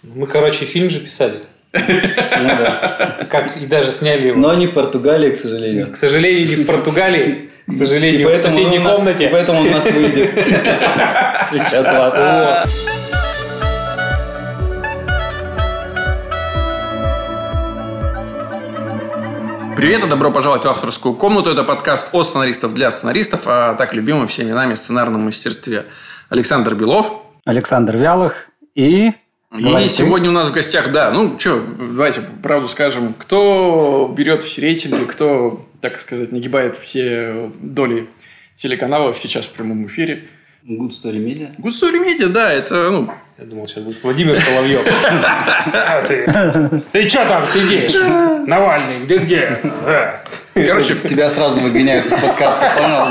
Мы, короче, фильм же писали. Как и даже сняли его. Но не в Португалии, к сожалению. К сожалению, не в Португалии. К сожалению, в соседней комнате. И поэтому он у нас выйдет. От вас. Привет и добро пожаловать в авторскую комнату. Это подкаст от сценаристов для сценаристов, а так любимым всеми нами сценарном мастерстве. Александр Белов. Александр Вялых и сегодня у нас в гостях, давайте правду скажем, кто берет все рейтинги, кто, так сказать, нагибает все доли телеканалов сейчас в прямом эфире. Good Story Media. Good Story Media, да, это, Я думал, сейчас будет Владимир Соловьев. Ты что там сидишь? Навальный, где? Короче, тебя сразу выгоняют из подкаста. Понял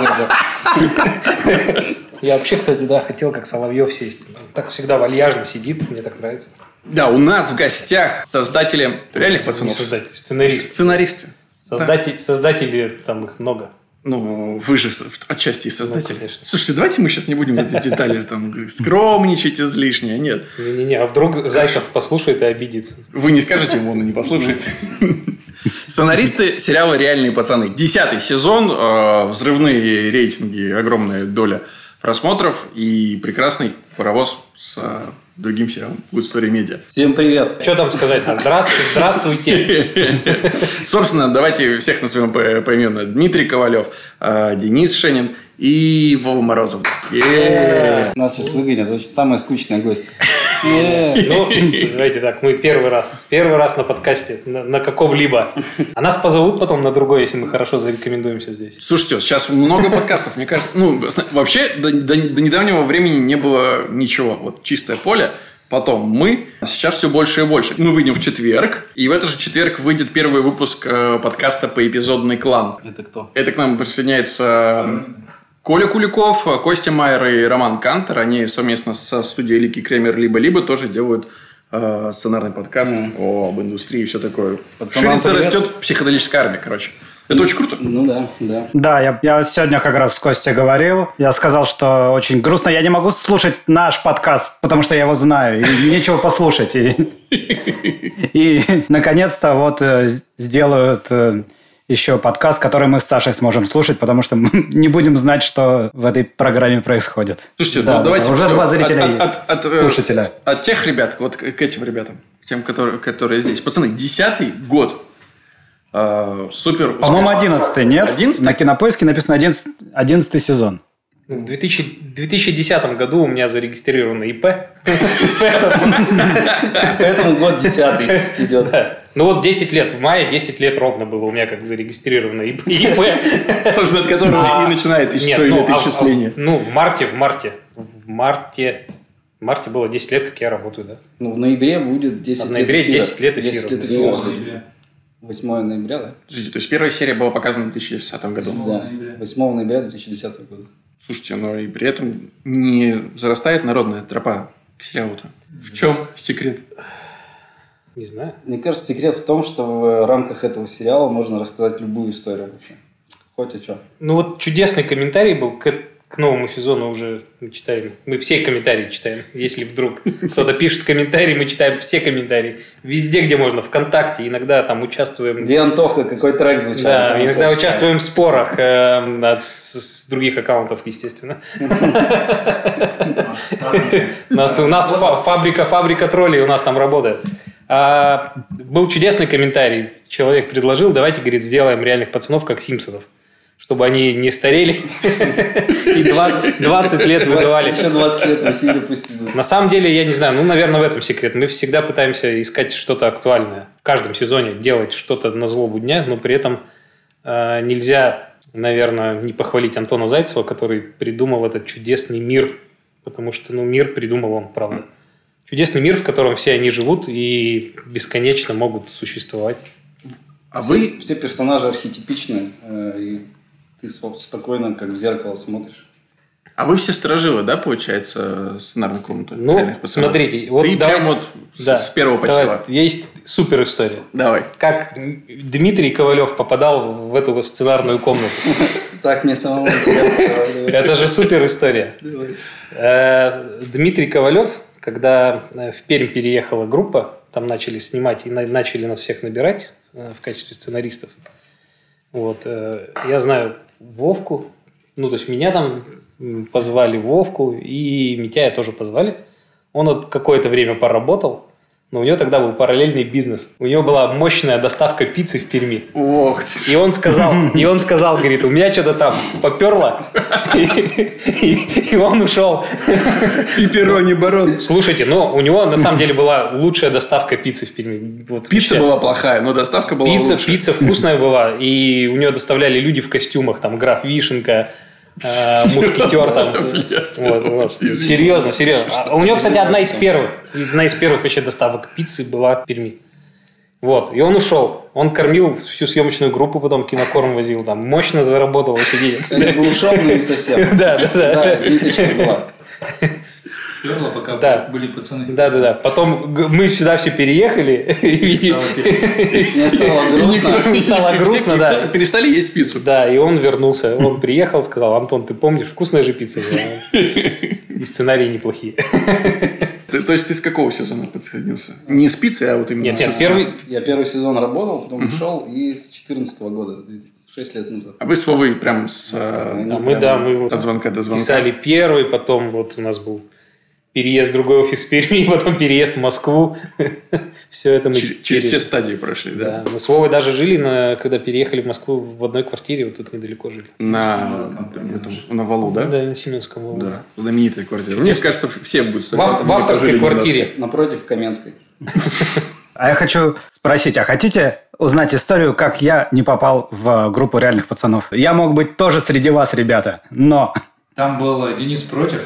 за это? Я вообще, кстати, хотел как Соловьев сесть. Так всегда вальяжно сидит, мне так нравится. Да, у нас в гостях создатели «Реальных пацанов». Не создатели, сценаристы. Сценаристы. Создатели, там их много. Ну, вы же отчасти и создатели. Конечно. Слушайте, давайте мы сейчас не будем эти детали скромничать излишне. Нет. Не-не-не, а вдруг Зайцев послушает и обидится. Вы не скажете ему, он и не послушает. Сценаристы сериала «Реальные пацаны». 10-й сезон, взрывные рейтинги, огромная доля просмотров и прекрасный паровоз с другим сериалом Good Story Media. Всем привет. Что там сказать? Здравствуйте. Собственно, давайте всех назовем поименно. Дмитрий Ковалев, Денис Шенин и Вова Морозов. Нас сейчас выгонят. Это самая скучная гость. Ну, давайте так, мы первый раз на подкасте, на каком-либо. А нас позовут потом на другой, если мы хорошо зарекомендуемся здесь. Слушайте, сейчас много подкастов, мне кажется. Вообще, до недавнего времени не было ничего. Вот чистое поле. Потом мы. Сейчас все больше и больше. Мы выйдем в четверг. И в этот же четверг выйдет первый выпуск подкаста «Поэпизодный клан». Это кто? Это к нам присоединяется Коля Куликов, Костя Майер и Роман Кантер. Они совместно со студией Лики Кремер либо тоже делают сценарный подкаст об индустрии и все такое. Ширится, растет психоделическая армия, короче. Это очень круто. Ну да. Да, я сегодня как раз с Костей говорил. Я сказал, что очень грустно. Я не могу слушать наш подкаст, потому что я его знаю. И нечего послушать. И наконец-то вот сделают еще подкаст, который мы с Сашей сможем слушать, потому что мы не будем знать, что в этой программе происходит. Слушайте, давайте уже два зрителя есть. Слушателя. От тех ребят, вот к этим ребятам, к тем, которые здесь. Пацаны, 10-й год. Супер. По-моему, 11-й, нет? 11-й? На Кинопоиске написано 11-й сезон. В 2010 году у меня зарегистрировано ИП. Поэтому год 10-й идет. Ну вот 10 лет. В мае 10 лет ровно было у меня как зарегистрировано ИП. Собственно, от которого и начинает летоисчисление. В марте было 10 лет, как я работаю, да. Ну, в ноябре будет 10 лет. В ноябре 10 лет эфира. 8 ноября, да? То есть первая серия была показана в 2010 году. Да, 8 ноября 2010 года. Слушайте, но и при этом не зарастает народная тропа к сериалу-то. В чем секрет? Не знаю. Мне кажется, секрет в том, что в рамках этого сериала можно рассказать любую историю вообще. Хоть о чем. Ну вот чудесный комментарий был к новому сезону уже мы читаем. Мы все комментарии читаем. Если вдруг кто-то пишет комментарий, мы читаем все комментарии. Везде, где можно. ВКонтакте. Иногда там участвуем. Где Антоха, какой трек звучал. Да, иногда участвуем в спорах с других аккаунтов, естественно. У нас фабрика троллей у нас там работает. Был чудесный комментарий. Человек предложил, давайте, говорит, сделаем «Реальных пацанов» как «Симпсонов». Чтобы они не старели и 20 лет выдавали. Еще 20 лет в эфире пусть идут. На самом деле, я не знаю, наверное, в этом секрет. Мы всегда пытаемся искать что-то актуальное. В каждом сезоне делать что-то на злобу дня, но при этом нельзя, наверное, не похвалить Антона Зайцева, который придумал этот чудесный мир. Потому что, мир придумал он, правда. Чудесный мир, в котором все они живут и бесконечно могут существовать. Все персонажи архетипичны, и ты спокойно, как в зеркало, смотришь. А вы все сторожилы, да, получается, сценарной комнаты? Смотрите. Ты прям с первого посела. Есть супер история. Давай. Как Дмитрий Ковалев попадал в эту сценарную комнату. Так мне самому. Это же супер история. Дмитрий Ковалев, когда в Пермь переехала группа, там начали снимать и начали нас всех набирать в качестве сценаристов. Вот. Я знаю Вовку, ну, то есть меня там позвали, Вовку, и Митяя тоже позвали. Он какое-то время поработал, но у него тогда был параллельный бизнес. У него была мощная доставка пиццы в Перми. Ох ты. И он сказал, говорит, у меня что-то там поперло, и он ушел. Пепперони барон. Слушайте, ну, у него на самом деле была лучшая доставка пиццы в Перми. Вот Пицца была плохая, но доставка была лучше. Пицца вкусная была, и у него доставляли люди в костюмах, там, граф Вишенка, мушкетер там. Вот. Серьезно. У него, кстати, одна из первых вообще доставок пиццы была в Перми. Вот. И он ушел. Он кормил всю съемочную группу, потом кинокорм возил. Там мощно заработал вообще денег. Как бы ушел, но не совсем. Да. Ниточка была. Перло, пока были пацаны. Да. Потом мы сюда все переехали. Мне стало грустно. Не стало грустно, да. Перестали есть пиццу. Да, и он вернулся. Он приехал, сказал: Антон, ты помнишь, вкусная же пицца была. И сценарии неплохие. То есть ты с какого сезона подсоединился? Не с пиццей, а вот именно... Нет, первый... Я первый сезон работал, потом ушел, и с 2014 года, 6 лет назад. А вы с Вовой прям с... Мы от звонка до звонка. Писали первый, потом вот у нас был переезд в другой офис в Перми, потом переезд в Москву. Все это мы... Через все стадии прошли, да? Да. Мы с Вовой даже жили, когда переехали в Москву, в одной квартире, вот тут недалеко жили. На Валу, да? Да, на Семеновском Валу. Да, знаменитая квартира. Мне кажется, все будут... В авторской квартире. Напротив Каменской. А я хочу спросить, а хотите узнать историю, как я не попал в группу реальных пацанов? Я мог быть тоже среди вас, ребята, но... Там был Денис против.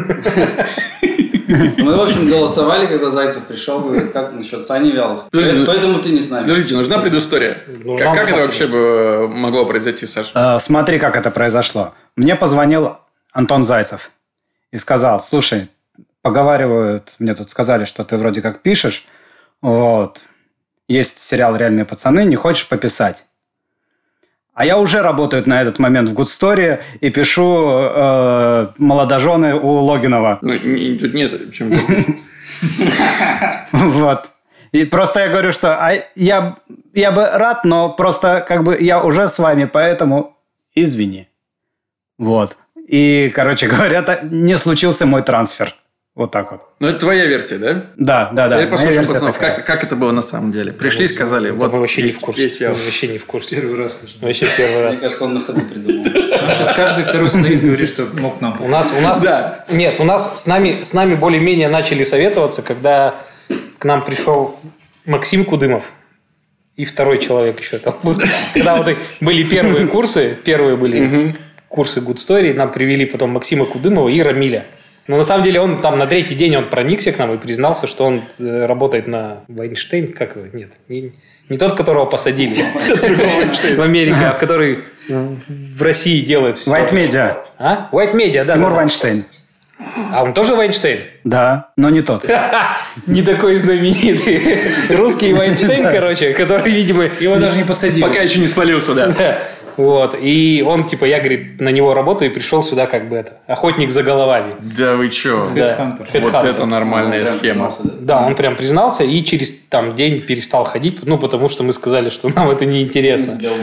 Мы, в общем, голосовали, когда Зайцев пришел, говорит, как насчет Сани Вялых. Поэтому ты не с нами. Подождите, нужна предыстория. Как это вообще могло произойти, Саша? Смотри, как это произошло. Мне позвонил Антон Зайцев и сказал: слушай, поговаривают, мне тут сказали, что ты вроде как пишешь, вот, есть сериал «Реальные пацаны», не хочешь пописать? А я уже работаю на этот момент в Good Story и пишу «Молодожены» у Логинова. Ну, тут нет чем. Вот. И просто я говорю, что я бы рад, но просто как бы я уже с вами, поэтому извини. Вот. И, короче говоря, не случился мой трансфер. Вот так вот. Ну, это твоя версия, да? Да. Теперь послушаем, пацанов, как это было на самом деле. Пришли и сказали, вот, мы вообще не в курсе. Вообще не в курсе. Первый раз слышал. Вообще первый раз. Мне кажется, он на ходу придумал. Нам сейчас каждый второй сценарист говорит, что мог нам помочь. У нас Да. Нет, у нас с нами более-менее начали советоваться, когда к нам пришел Максим Кудымов и второй человек еще там был. Когда вот были первые курсы Good Story, нам привели потом Максима Кудымова и Рамиля. Но на самом деле он там на третий день он проникся к нам и признался, что он работает на Вайнштейн. Как его? Нет, не тот, которого посадили в Америке, а который в России делает все. White Media. А? White Media, да. Тимур Вайнштейн. А он тоже Вайнштейн? Да, но не тот. Не такой знаменитый. Русский Вайнштейн, короче, который, видимо... Его даже не посадили. Пока еще не спалился, да. Да. Вот. И он, я, говорит, на него работаю и пришел сюда как бы охотник за головами. Да вы че? Headhunter. Вот это нормальная схема. Да, он прям признался и через день перестал ходить, потому что мы сказали, что нам это неинтересно. Я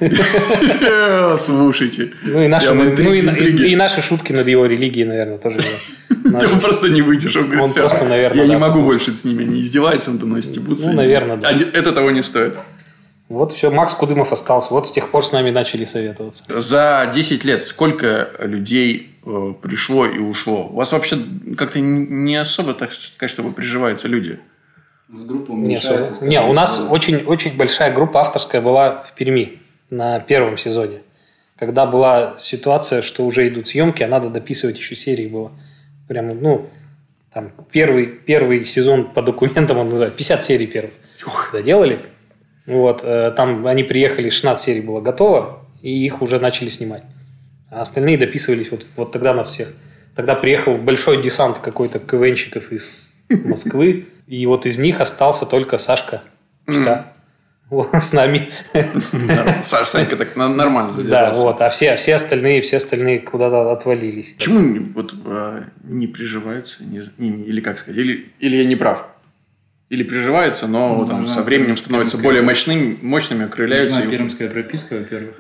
убил. Слушайте. И наши шутки над его религией, наверное, тоже. Он просто не выдержал. Он Говорит, просто, наверное, я не могу больше с ними. Они издеваются надо мной, стебутся. Ну, наверное, да. Это того не стоит. Вот все, Макс Кудымов остался. Вот с тех пор с нами начали советоваться. За 10 лет сколько людей пришло и ушло? У вас вообще как-то не особо так, чтобы приживаются люди? С группой Не, уменьшается. у нас очень большая группа авторская была в Перми на первом сезоне. Когда была ситуация, что уже идут съемки, а надо дописывать еще серии было. Прямо, там первый сезон по документам он называется. 50 серий первый. Доделали. Вот, там они приехали, 16 серий было готово, и их уже начали снимать. А остальные дописывались вот тогда нас всех. Тогда приехал большой десант какой-то КВНщиков из Москвы, и вот из них остался только Сашка Чита. с нами. Санька так нормально Да, задержался. вот. А все остальные куда-то отвалились. Почему не приживаются? Или как сказать? Или я не прав? Или приживаются, но со временем становятся более мощными, окрыляются. Нужна пермская прописка, во-первых.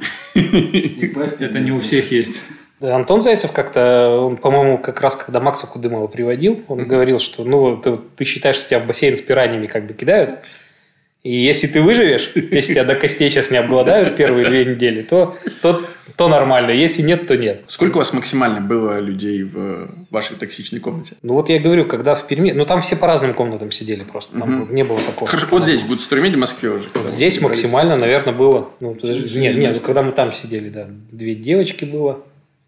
Это не у всех есть. Да, Антон Зайцев как-то, он, по-моему, как раз когда Макса Кудымова приводил, он говорил, что ты считаешь, что тебя в бассейн с пираньями как бы кидают, и если ты выживешь, если тебя до костей сейчас не обгладают первые 2 недели, то нормально, если нет, то нет. Сколько у вас максимально было людей в вашей токсичной комнате? Ну вот я говорю, когда в Перми, там все по разным комнатам сидели просто, там не было такого. Хорошо, вот здесь будет Струмеди, в Москве уже. Здесь максимально, наверное, было, когда мы там сидели, да, 2 девочки было.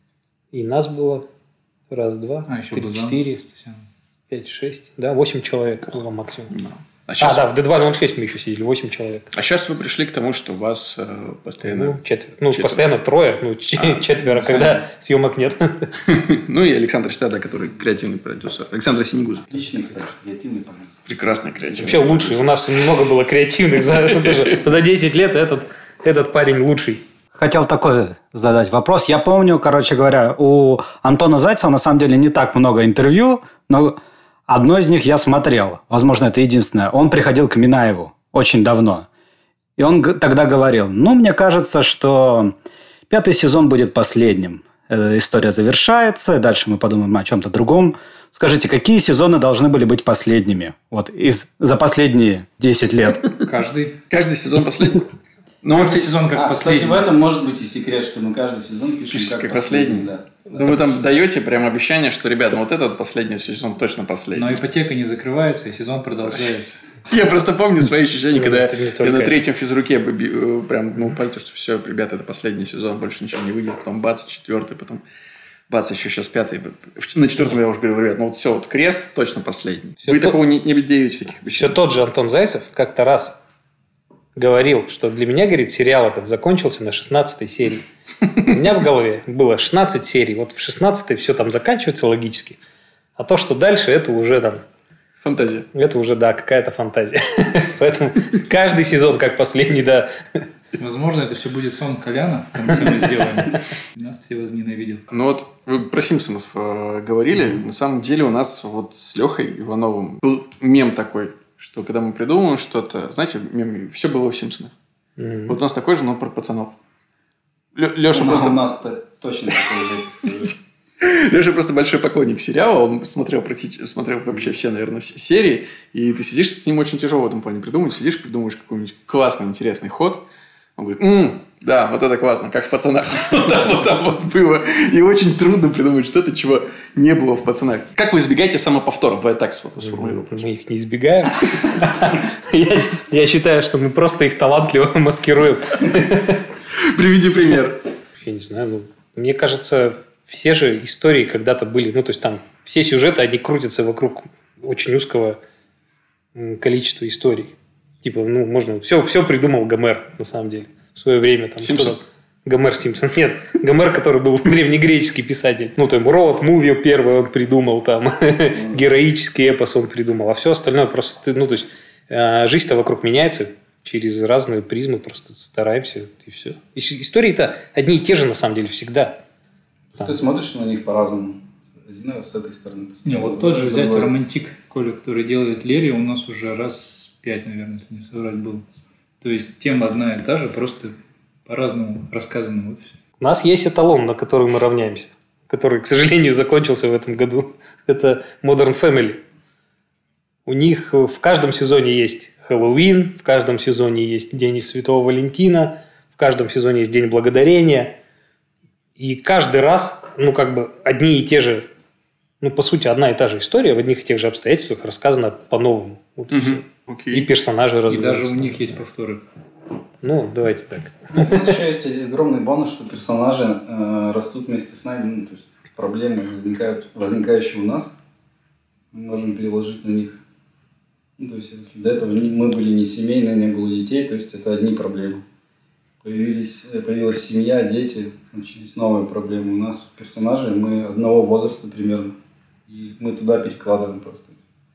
И нас было 1, 2, 3, 4, 5, 6, да, 8 человек было максимум. Да, в D206 мы еще сидели, 8 человек. А сейчас вы пришли к тому, что у вас постоянно... Постоянно 3, 4, когда съемок нет. Ну и Александр Штада, который креативный продюсер. Александр Синегузов. Отличный, кстати, креативный продюсер. Прекрасный креативный. Вообще лучший. У нас много было креативных. За 10 лет этот парень лучший. Хотел такой задать вопрос. Я помню, короче говоря, у Антона Зайцева на самом деле не так много интервью, но одно из них я смотрел. Возможно, это единственное. Он приходил к Минаеву очень давно. И он тогда говорил, мне кажется, что 5-й сезон будет последним. История завершается, и дальше мы подумаем о чем-то другом. Скажите, какие сезоны должны были быть последними? За последние 10 лет. Каждый сезон последний. Каждый сезон как последний. Кстати, в этом может быть и секрет, что мы каждый сезон пишем как последний. Да. Вы там даете прям обещание, что, ребят, этот последний сезон точно последний. Но ипотека не закрывается, и сезон продолжается. Я просто помню свои ощущения, когда я на 3-м физруке прям понял, что все, ребята, это последний сезон, больше ничего не выйдет. Потом бац, 4-й, потом бац, еще сейчас 5-й. На 4-м я уже говорю, ребят, все, крест точно последний. Вы такого не даете таких обещаний. Все тот же Антон Зайцев как-то раз говорил, что для меня, говорит, сериал этот закончился на 16-й серии. У меня в голове было 16 серий. Вот в 16-й все там заканчивается логически. А то, что дальше, это уже там... Фантазия. Это уже, да, какая-то фантазия. Поэтому каждый сезон как последний, да. Возможно, это все будет сон Коляна. В конце мы сделаем. Нас все возненавидят. Вы про Симпсонов говорили. На самом деле у нас с Лехой Ивановым был мем такой, что когда мы придумываем что-то, знаете, все было в Симпсонах. Вот у нас такой же, но про пацанов. Леша просто... У нас точно такой же. Леша просто большой поклонник сериала. Он смотрел вообще все, наверное, все серии. И ты сидишь, с ним очень тяжело в этом плане придумать. Сидишь, придумываешь какой-нибудь классный, интересный ход. Он говорит, да, вот это классно, как в «Пацанах». Вот там было. И очень трудно придумать что-то, чего не было в «Пацанах». Как вы избегаете самоповторов? Давай так сформулирую. Мы их не избегаем. Я считаю, что мы просто их талантливо маскируем. Приведи пример. Я не знаю, мне кажется, все же истории когда-то были, то есть там все сюжеты, они крутятся вокруг очень узкого количества историй. Типа, можно... Все придумал Гомер, на самом деле. В свое время. Там, Симпсон? Гомер Симпсон. Нет, Гомер, который был древнегреческий писатель. Там роуд муви первый он придумал, там героический эпос он придумал. А все остальное просто... то есть, жизнь-то вокруг меняется через разные призмы. Просто стараемся, и все. Истории-то одни и те же, на самом деле, всегда. Ты смотришь на них по-разному. Один раз с этой стороны. Тот же взять романтик Коля, который делает Лерия, у нас уже раз 5, наверное, если не соврать, был. То есть тема одна и та же, просто по-разному рассказано. Вот все. У нас есть эталон, на который мы равняемся, который, к сожалению, закончился в этом году. Это Modern Family. У них в каждом сезоне есть Хэллоуин, в каждом сезоне есть День Святого Валентина, в каждом сезоне есть День Благодарения. И каждый раз, одни и те же, по сути, одна и та же история в одних и тех же обстоятельствах рассказана по-новому. И персонажи разбираются. И даже у них есть повторы. Давайте так. У нас еще есть огромный бонус, что персонажи растут вместе с нами. То есть проблемы возникающие у нас, мы можем переложить на них. То есть если до этого мы были не семейные, не было детей, то есть это одни проблемы. Появилась семья, дети, начались новые проблемы. У нас персонажи, мы одного возраста примерно. И мы туда перекладываем просто.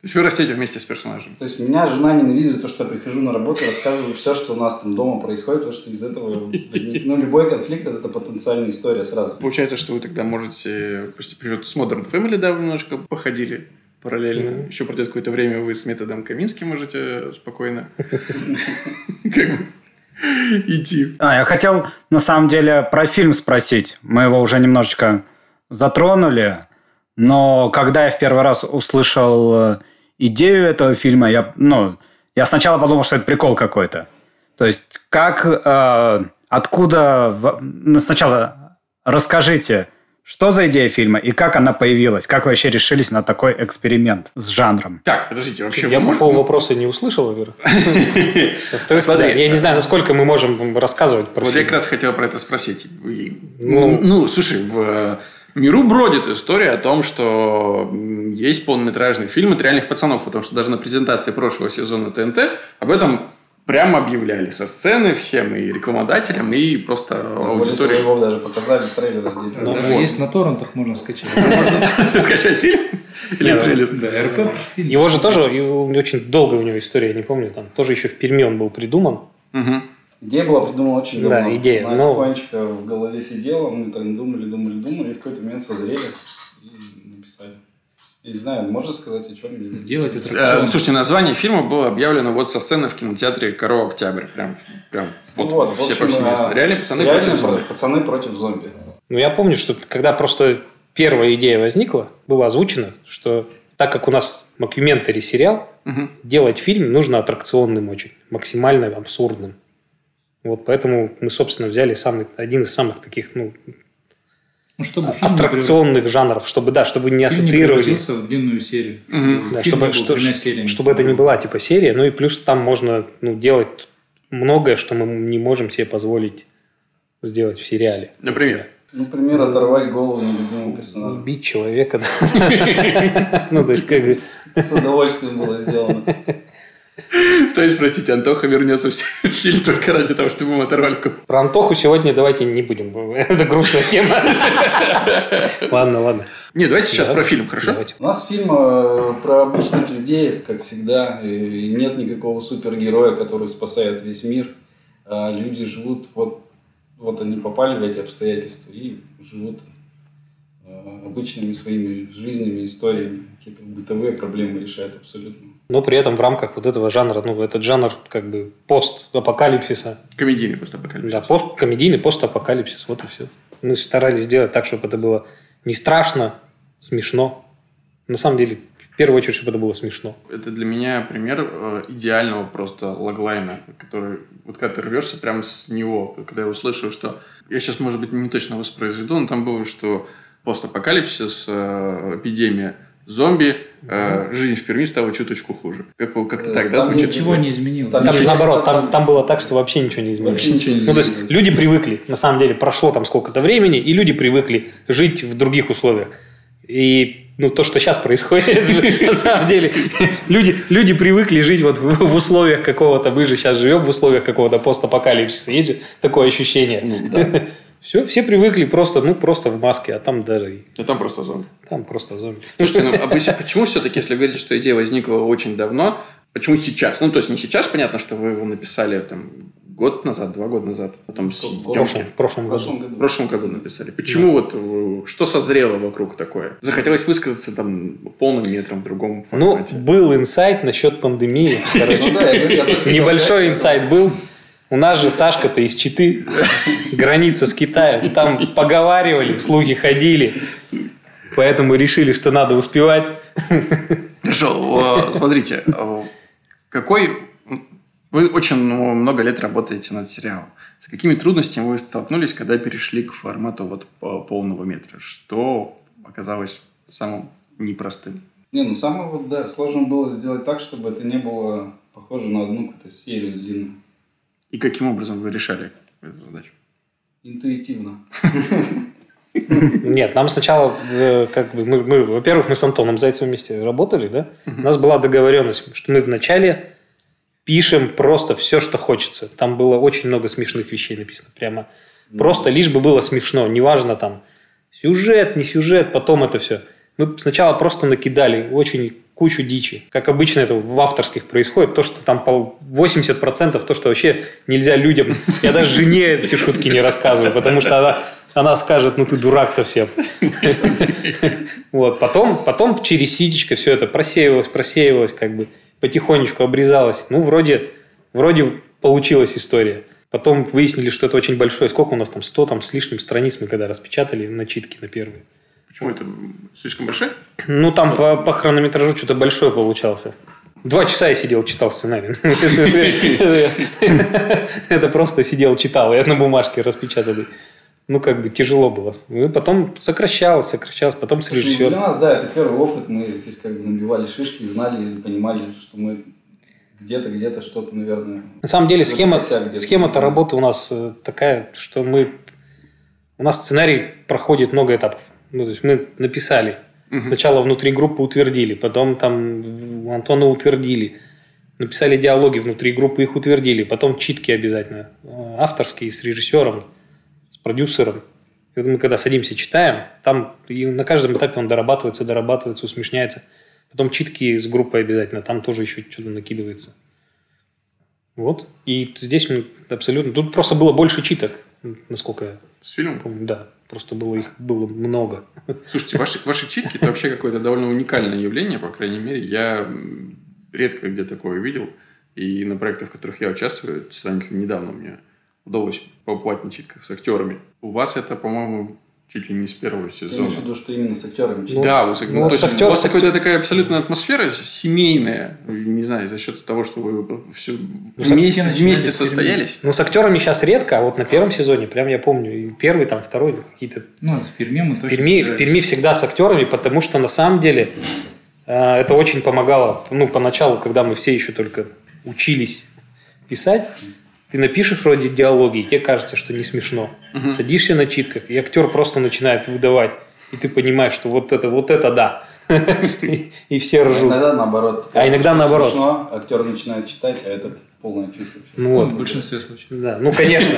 То есть вы растете вместе с персонажем. То есть меня жена ненавидит за то, что я прихожу на работу и рассказываю все, что у нас там дома происходит, потому что из этого возникнет... Ну, любой конфликт – это потенциальная история сразу. Получается, что вы тогда можете... Например, с Modern Family, да, вы немножко походили параллельно. Еще пройдет какое-то время, вы с методом Камински можете спокойно идти. Я хотел, на самом деле, про фильм спросить. Мы его уже немножечко затронули, но когда я в первый раз услышал идею этого фильма, я сначала подумал, что это прикол какой-то. То есть, откуда... Сначала расскажите, что за идея фильма и как она появилась? Как вы вообще решились на такой эксперимент с жанром? Так, подождите, вообще... Я по поводу вопроса не услышал, во-первых. Во-вторых, я не знаю, насколько мы можем рассказывать про фильм. Вот я как раз хотел про это спросить. Слушай, в миру бродит история о том, что есть полнометражный фильм от реальных пацанов, потому что даже на презентации прошлого сезона ТНТ об этом прямо объявляли со сцены всем, и рекламодателям, и просто аудитории. Его даже показали трейлер. Даже есть на торрентах, можно скачать. Можно скачать фильм? Или трейлер? Да, РП фильм. Его же тоже, очень долгая у него история, я не помню, там тоже еще в Перми он был придуман. Идея была придумана очень давно. Да, идея. Она тихонечко в голове сидела, мы там думали, и в какой-то момент созрели и написали. Я не знаю, можно сказать, о чем? Сделать аттракцион. Слушайте, название фильма было объявлено вот со сцены в кинотеатре «Коро Октябрь». Прям вот все повсеместно. Реальные пацаны против зомби. Пацаны против зомби. Я помню, что когда просто первая идея возникла, было озвучено, что так как у нас мокюментари сериал, делать фильм нужно аттракционным очень, максимально абсурдным. Вот поэтому мы, собственно, взяли один из самых таких, чтобы фильм аттракционных жанров, чтобы не ассоциировали. Фильм превратился в длинную серию. Да, чтобы это не была типа серия. И плюс там можно делать многое, что мы не можем себе позволить сделать в сериале. Например? Например, оторвать голову нелюбимому персонажу. Убить человека. С удовольствием было сделано. То есть, простите, Антоха вернется в фильм только ради того, чтобы ему оторвали голову. Про Антоху сегодня давайте не будем. Это грустная тема. Ладно. Не, давайте сейчас про фильм, хорошо? У нас фильм про обычных людей, как всегда. И нет никакого супергероя, который спасает весь мир. Люди живут, вот они попали в эти обстоятельства и живут обычными своими жизнями, историями. Какие-то бытовые проблемы решают абсолютно. Но при этом в рамках вот этого жанра, этот жанр как бы постапокалипсиса. Комедийный постапокалипсис. Да, комедийный постапокалипсис, вот и все. Мы старались сделать так, чтобы это было не страшно, смешно. На самом деле, в первую очередь, чтобы это было смешно. Это для меня пример идеального просто логлайна, который, вот когда ты рвешься прямо с него, когда я услышу, что... Я сейчас, может быть, не точно воспроизведу, но там было, что постапокалипсис, эпидемия, зомби, жизнь в Перми стала чуточку хуже. Как-то так, да, звучит? Ничего не изменилось. Там наоборот, там было так, что вообще ничего не изменилось. То есть люди привыкли, на самом деле, прошло там сколько-то времени, и люди привыкли жить в других условиях. И то, что сейчас происходит, на самом деле, люди привыкли жить вот в условиях какого-то, мы же сейчас живем в условиях какого-то постапокалипсиса. Есть же такое ощущение. Все привыкли просто в маске, а там даже... А там просто зомби. Там просто зомби. Слушайте, почему все-таки, если вы говорите, что идея возникла очень давно, почему сейчас? То есть не сейчас, понятно, что вы его написали там год назад, 2 года назад, потом съемки. В прошлом году написали. Почему что созрело вокруг такое? Захотелось высказаться там полным метром в другом формате. Был инсайт насчет пандемии. Небольшой инсайт был. У нас же Сашка-то из Читы, граница с Китаем. Там поговаривали, слухи ходили. Поэтому решили, что надо успевать. Хорошо, смотрите. Вы очень много лет работаете над сериалом. С какими трудностями вы столкнулись, когда перешли к формату полного метра? Что оказалось самым непростым? Самое сложно было сделать так, чтобы это не было похоже на одну какую-то серию длинную. И каким образом вы решали эту задачу? Интуитивно. Нет, нам сначала, во-первых, мы с Антоном Зайцевым вместе работали, да? У нас была договоренность, что мы вначале пишем просто все, что хочется. Там было очень много смешных вещей написано. Прямо просто лишь бы было смешно. Неважно там сюжет, не сюжет, потом это все. Мы сначала просто накидали очень кучу дичи. Как обычно это в авторских происходит. То, что там 80% то, что вообще нельзя людям... Я даже жене эти шутки не рассказываю, потому что она скажет, ну ты дурак совсем. Вот. Потом через ситечко все это просеивалось, как бы потихонечку обрезалось. Ну, вроде получилась история. Потом выяснили, что это очень большое. Сколько у нас там? 100 там, с лишним страниц мы когда распечатали начитки на первые. Почему это слишком большое? Ну, там по хронометражу что-то большое получался. 2 часа я сидел, читал сценарий. Это просто сидел, читал. Я на бумажке распечатанный. Ну, как бы тяжело было. И потом сокращалось, потом с режиссером. Для нас, да, это первый опыт. Мы здесь как бы набивали шишки, знали, понимали, что мы где-то что-то, наверное... На самом деле схема-то работы у нас такая, что у нас сценарий проходит много этапов. Ну, то есть мы написали. Сначала внутри группы утвердили, потом там у Антона утвердили. Написали диалоги внутри группы, их утвердили. Потом читки обязательно. Авторские, с режиссером, с продюсером. И вот мы когда садимся, читаем, там и на каждом этапе он дорабатывается, усмешняется. Потом читки с группой обязательно, там тоже еще что-то накидывается. Вот. И здесь мы абсолютно... Тут просто было больше читок, насколько я с фильмом? помню. Да, просто их было много. Слушайте, ваши читки – это вообще какое-то довольно уникальное явление, по крайней мере. Я редко где такое видел. И на проектах, в которых я участвую, сравнительно недавно мне удалось побывать на читках с актерами. У вас это, по-моему... чуть ли не с первого сезона. Я имею в виду, что именно с актерами. Да, то есть у вас какая-то такая абсолютная атмосфера семейная, не знаю, за счет того, что вы все вместе состоялись. Ну, с актерами сейчас редко, а вот на первом сезоне, прям я помню, и первый, там, второй, какие-то... Ну, в Перми мы точно В Перми всегда с актерами, потому что на самом деле это очень помогало, ну, поначалу, когда мы все еще только учились писать. Ты напишешь вроде диалоги, и тебе кажется, что не смешно. Садишься на читках, и актер просто начинает выдавать. И ты понимаешь, что вот это да. И все ржут. Иногда наоборот. А иногда наоборот. Смешно, актер начинает читать, а это полная чушь вообще. Ну, вот. В большинстве случаев. Да, ну, конечно.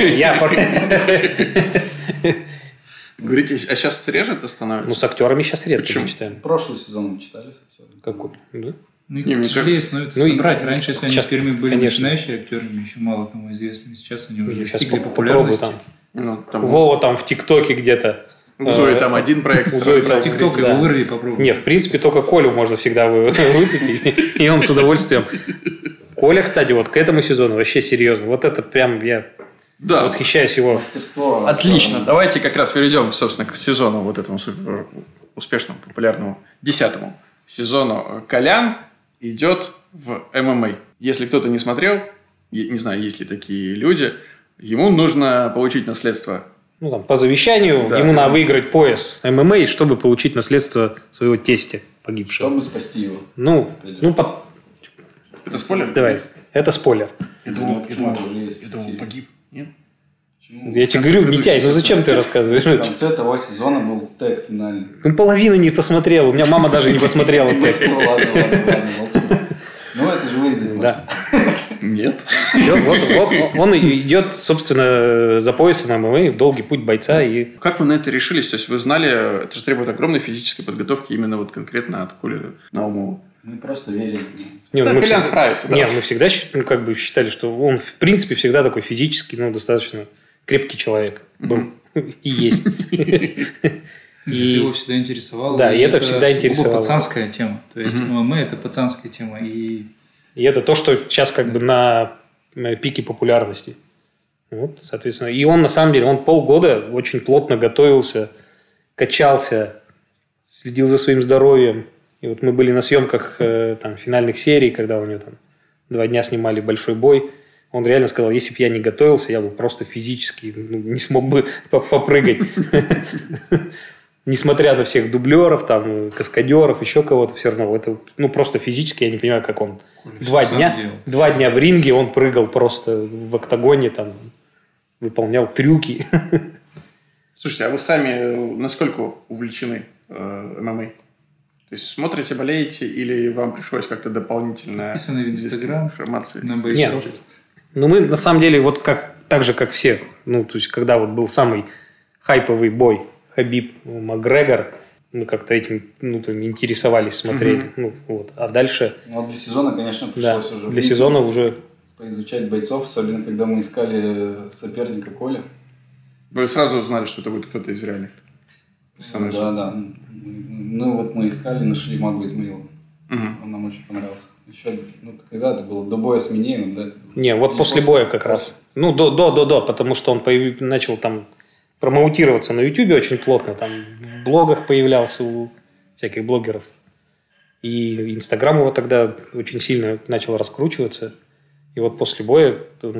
Говорите, а сейчас реже это становится? Ну, с актерами сейчас редко Почему? мы читаем. Прошлый сезон мы читали с актерами. Какой? Да? Ну, их тяжелее становится собрать. Раньше, если они сейчас, в Перми были конечно. начинающими актерами, еще мало кому известными. Сейчас они уже Сейчас достигли попробуй популярности. Там. Вова там в ТикТоке где-то. У Зои там один проект. У Зои там С ТикТока его вырви, попробуй. Не, в принципе, только Колю можно всегда выцепить, и он с удовольствием. Коля, кстати, вот к этому сезону вообще серьезно. Вот это прям я восхищаюсь его. Мастерство. Отлично. Давайте как раз перейдем, собственно, к сезону вот этому супер успешному, популярному 10-му сезону. Колян идет в ММА. Если кто-то не смотрел, не знаю, есть ли такие люди, ему нужно получить наследство. Ну, там, по завещанию ему надо выиграть пояс ММА, чтобы получить наследство своего тестя погибшего. Чтобы спасти его. Это спойлер? Давай, это спойлер. Я думал, он погиб. Нет? Я тебе говорю, Митяй, ну зачем ты рассказываешь? В конце того сезона был тег финальный. Ну, половину не посмотрел. У меня мама даже не посмотрела тег. Ладно. Ну, это же вырезали. Да. Нет. Вот он идет, собственно, за поясом ММА, долгий путь бойца. И... Как вы на это решились? То есть вы знали, это же требует огромной физической подготовки именно вот конкретно от Коли Наумова. Мы просто верили. Колян справится. Нет, мы всегда считали, что он, в принципе, всегда такой физически, достаточно крепкий человек был. И есть. Его всегда интересовало. Да, и это всегда интересовало. Пацанская тема. То есть ММА – это пацанская тема. И это то, что сейчас как бы на пике популярности. Вот, соответственно. И он, на самом деле, он полгода очень плотно готовился, качался, следил за своим здоровьем. И вот мы были на съемках там, финальных серий, когда у него там 2 дня снимали большой бой. Он реально сказал, если бы я не готовился, я бы просто физически не смог бы попрыгать. Несмотря на всех дублеров, там, каскадеров, еще кого-то, все равно это, просто физически я не понимаю, как он. 2 дня в ринге он прыгал просто в октагоне, там, выполнял трюки. Слушайте, а вы сами насколько увлечены ММА? То есть смотрите, болеете, или вам пришлось как-то дополнительно... Написано в Инстаграм, на бойцов. Мы, на самом деле, вот так же, как все, то есть, когда вот был самый хайповый бой Хабиб Макгрегор, мы как-то этим там, интересовались, смотрели. А дальше... Ну, для сезона, конечно, пришлось уже... Для сезона уже... Поизучать бойцов, особенно когда мы искали соперника Коля. Вы сразу знали, что это будет кто-то из реальных персонажей? Да. Мы искали, нашли Магу Измаилова. Он нам очень понравился. Еще, когда это было? До боя с Минеевым, да? Не, вот после боя как раз. До, потому что он начал там промоутироваться на Ютубе очень плотно. Там в блогах появлялся у всяких блогеров. И Инстаграм его тогда очень сильно начал раскручиваться. И вот после боя,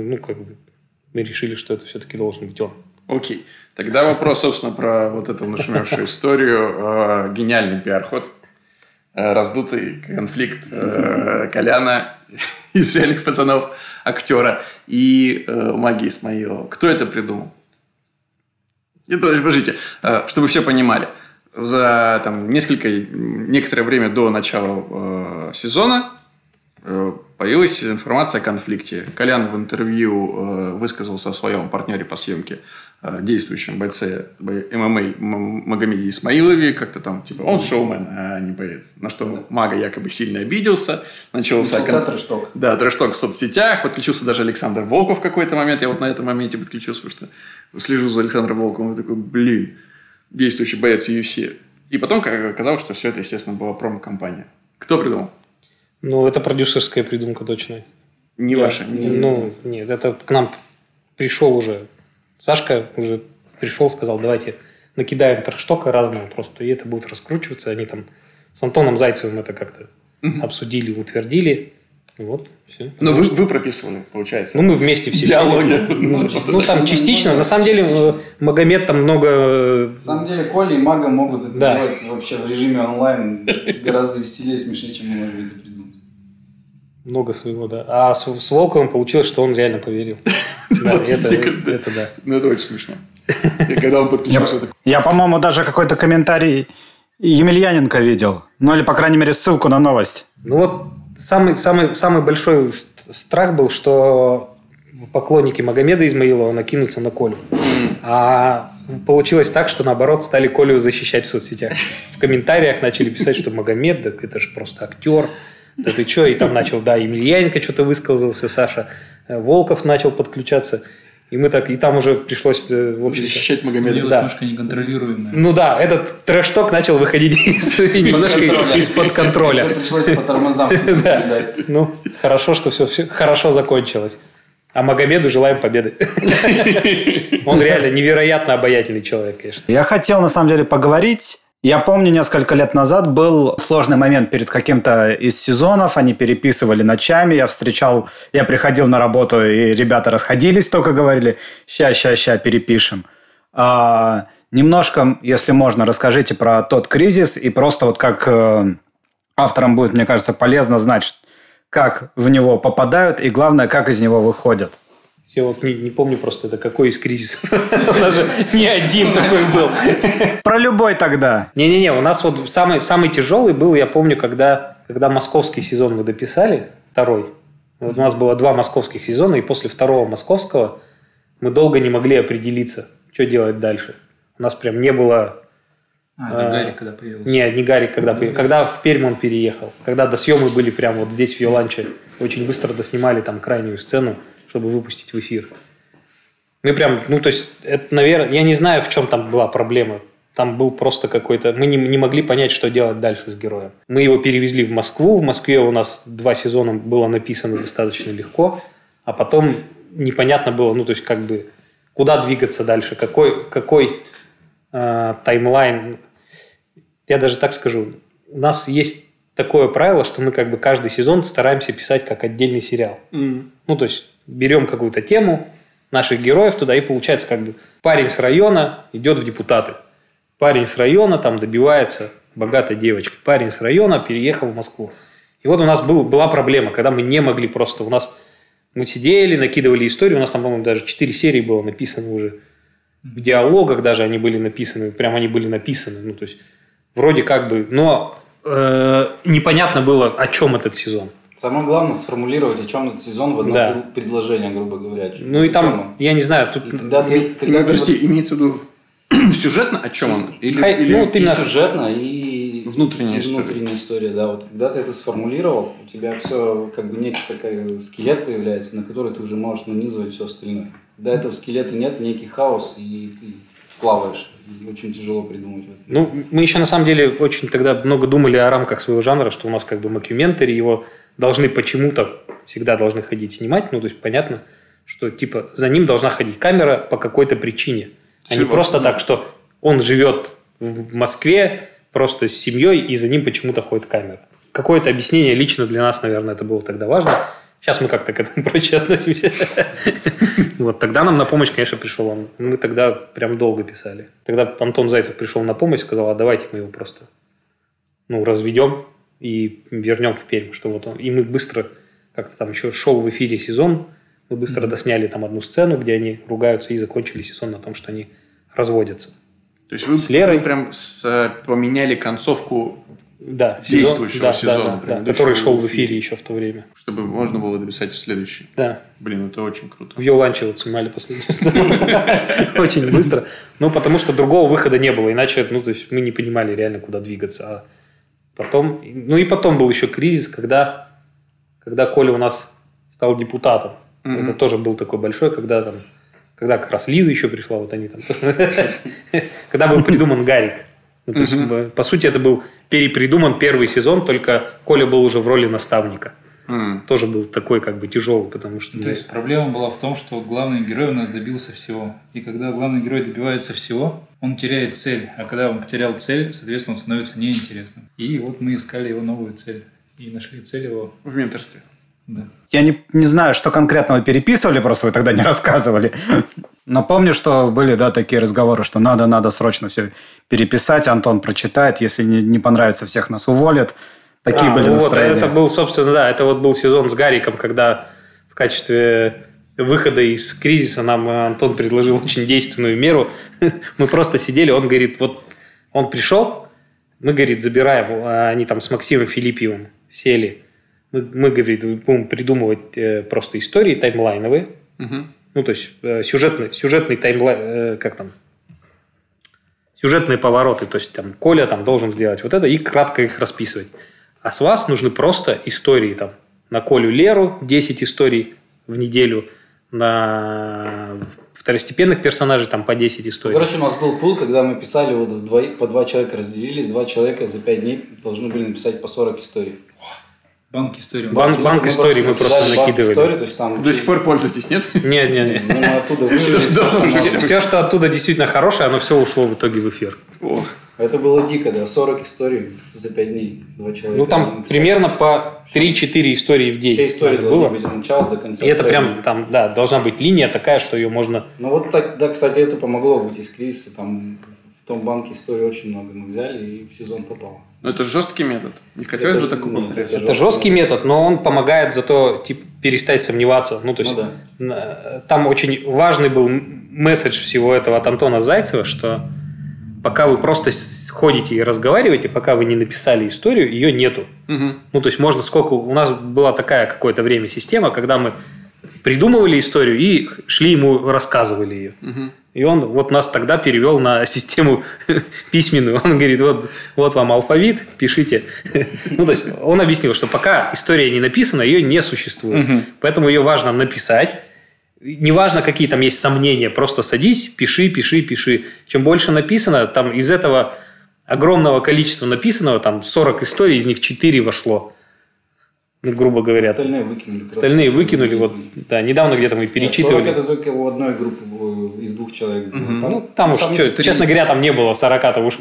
мы решили, что это все-таки должен быть он. Окей. Тогда вопрос, собственно, про вот эту нашумевшую историю. Гениальный пиар-ход. Раздутый конфликт Коляна из «Реальных пацанов», актера, и Маги Исмаилова. Кто это придумал? Подождите, чтобы все понимали. За некоторое время до начала сезона появилась информация о конфликте. Колян в интервью высказался о своем партнере по съемке, действующем бойце ММА Магомеде Исмаилове. Как-то там, он шоумен, а не боец. На что Мага якобы сильно обиделся. Начался трэш-ток. Да, трэш-ток в соцсетях. Подключился даже Александр Волков в какой-то момент. Я вот на этом моменте подключился, потому что слежу за Александром Волковым. И такой, действующий боец UFC. И потом оказалось, что все это, естественно, была промо-компания. Кто придумал? Это продюсерская придумка точно. Не ваша? Нет, это к нам пришел уже. Сашка уже пришел, сказал, давайте накидаем трэш-тока разного просто, и это будет раскручиваться. Они там с Антоном Зайцевым это как-то обсудили, утвердили. Вот, все. Но вы прописывали, получается. Мы вместе все. Диалоги. Там частично. На самом деле, Магомед там много... На самом деле, Коля и Мага могут это делать вообще в режиме онлайн гораздо веселее, смешнее, чем мы можем это придумать. Много своего, да. А с Волковым получилось, что он реально поверил. Это да. Это очень смешно. И когда он подключился... Я, по-моему, даже какой-то комментарий Емельяненко видел. Или, по крайней мере, ссылку на новость. Самый большой страх был, что поклонники Магомеда Измаилова накинутся на Колю. А получилось так, что наоборот стали Колю защищать в соцсетях. В комментариях начали писать, что Магомед, это же просто актер. Да ты что? И там начал, Емельяненко что-то высказался, Саша Волков начал подключаться. И мы так, и там уже пришлось, в общем-то... защищать Магомеда. Немножко неконтролируемое. Этот трэш-ток начал выходить немножко из-под контроля. Пришлось по тормозам передать. Хорошо, что все хорошо закончилось. А Магомеду желаем победы. Он реально невероятно обаятельный человек, конечно. Я хотел, на самом деле, поговорить. Я помню, несколько лет назад был сложный момент перед каким-то из сезонов. Они переписывали ночами. Я приходил на работу, и ребята расходились, только говорили, ща, перепишем. Немножко, если можно, расскажите про тот кризис. И просто вот как авторам будет, мне кажется, полезно знать, как в него попадают, и главное, как из него выходят. Я вот не помню просто, это какой из кризисов. У нас же не один такой был. Про любой тогда. Не-не-не, у нас вот самый тяжелый был, я помню, когда московский сезон мы дописали, второй. Вот у нас было 2 московских сезона, и после 2-го московского мы долго не могли определиться, что делать дальше. У нас прям не было... это Гарик когда появился? Не Гарик когда появился. Когда в Пермь он переехал. Когда досъемы были прям вот здесь, в Йоланче. Очень быстро доснимали там крайнюю сцену, чтобы выпустить в эфир. Мы прям, то есть, это, наверное, я не знаю, в чем там была проблема. Там был просто какой-то... Мы не могли понять, что делать дальше с героем. Мы его перевезли в Москву. В Москве у нас 2 сезона было написано достаточно легко. А потом непонятно было, то есть, куда двигаться дальше, какой таймлайн. Я даже так скажу. У нас есть такое правило, что мы каждый сезон стараемся писать как отдельный сериал. То есть, берем какую-то тему, наших героев туда, и получается парень с района идет в депутаты. Парень с района там добивается богатой девочки. Парень с района переехал в Москву. И вот у нас была проблема, когда мы не могли просто... Мы сидели, накидывали историю. У нас там, по-моему, даже 4 серии было написано уже. В диалогах даже они были написаны. Прям они были написаны. То есть, вроде Но непонятно было, о чем этот сезон. Самое главное сформулировать, о чем этот сезон в одном предложении, грубо говоря. И там, я не знаю, тут... Прости, имеется в виду Сюжетно о чем он? И сюжетно, и внутренняя история. Да, вот когда ты это сформулировал, у тебя все как бы некий такой скелет появляется, на который ты уже можешь нанизывать все остальное. Когда этого скелета нет, некий хаос, и ты плаваешь. И очень тяжело придумать. Ну, мы еще на самом деле очень тогда много думали о рамках своего жанра, что у нас как бы мокюментари, его должны почему-то всегда должны ходить снимать. Ну, то есть понятно, что типа за ним должна ходить камера по какой-то причине. А не просто так, что он живет в Москве просто с семьей, и за ним почему-то ходит камера. Какое-то объяснение лично для нас, наверное, это было тогда важно. Сейчас мы как-то к этому проще относимся. Вот тогда нам на помощь, конечно, пришел он. Мы тогда прям долго писали. Тогда Антон Зайцев пришел на помощь, сказал, а давайте мы его просто разведем и вернем в Пермь. Что вот он. И мы быстро, как-то там еще шел в эфире сезон, мы быстро досняли там одну сцену, где они ругаются, и закончили сезон на том, что они разводятся. То есть вы с Лерой прям поменяли концовку действующего сезона. Да, который шел в эфире еще в то время. Чтобы можно было дописать в следующий. Да. Блин, это очень круто. В Йоланче вот снимали последнюю сцену. Очень быстро. Ну, потому что другого выхода не было. Иначе, то есть мы не понимали реально, куда двигаться. А потом... и потом был еще кризис, когда Коля у нас стал депутатом. Это тоже был такой большой, когда как раз Лиза еще пришла, вот они там. Когда был придуман Гарик. То есть, по сути, это был перепридуман первый сезон, только Коля был уже в роли наставника. Тоже был такой как бы тяжелый, потому что... То есть проблема была в том, что главный герой у нас добился всего. И когда главный герой добивается всего, он теряет цель. А когда он потерял цель, соответственно, он становится неинтересным. И вот мы искали его новую цель. И нашли цель его... В менторстве. Да. Я не знаю, что конкретно вы переписывали, просто вы тогда не рассказывали. Но помню, что были такие разговоры, что надо срочно все переписать, Антон прочитает, если не понравится, всех нас уволят. Такие были настроения. Это был, собственно, это вот был сезон с Гариком, когда в качестве выхода из кризиса нам Антон предложил очень действенную меру. Мы просто сидели, он говорит, вот он пришел, мы, говорит, забираем, они там с Максимом Филиппьевым сели. Мы, говорит, будем придумывать просто истории таймлайновые. То есть сюжетный таймлайн, сюжетные повороты. То есть там Коля должен сделать вот это и кратко их расписывать. А с вас нужны просто истории там на Колю Леру, 10 историй в неделю, на второстепенных персонажей там по 10 историй. Короче, у нас был пул, когда мы писали по 2 человека разделились, 2 человека за 5 дней должны были написать по 40 историй. Банк истории. Банк истории мы просто накидывали. То есть до сих пор пользуетесь, нет? Нет. Мы оттуда вышли. Все, что оттуда действительно хорошее, оно все ушло в итоге в эфир. Это было дико, 40 историй за 5 дней. 2 человека. Там примерно по 3-4 истории в день. Все истории должны быть от начала до конца. И это прям там, должна быть линия такая, что ее можно... Кстати, это помогло выйти из кризиса. Там в том банке историй очень много мы взяли, и в сезон попало. Но это жесткий метод. Не хотелось бы такого повторять. Это жесткий метод, но он помогает зато перестать сомневаться. То есть там очень важный был месседж всего этого от Антона Зайцева, что пока вы просто ходите и разговариваете, пока вы не написали историю, ее нету. То есть можно сколько... У нас была такая какое-то время система, когда мы придумывали историю и шли ему, рассказывали ее. И он вот нас тогда перевел на систему письменную. Он говорит, вот вам алфавит, пишите. То есть он объяснил, что пока история не написана, ее не существует. Поэтому ее важно написать. Неважно, какие там есть сомнения, просто садись, пиши. Чем больше написано, там из этого огромного количества написанного, там 40 историй, из них 4 вошло. Грубо говоря. Остальные выкинули. Недавно где-то мы перечитывали. 40 это только у одной группы было, из 2 человек. Там уж, честно говоря, там не было 40-то уж.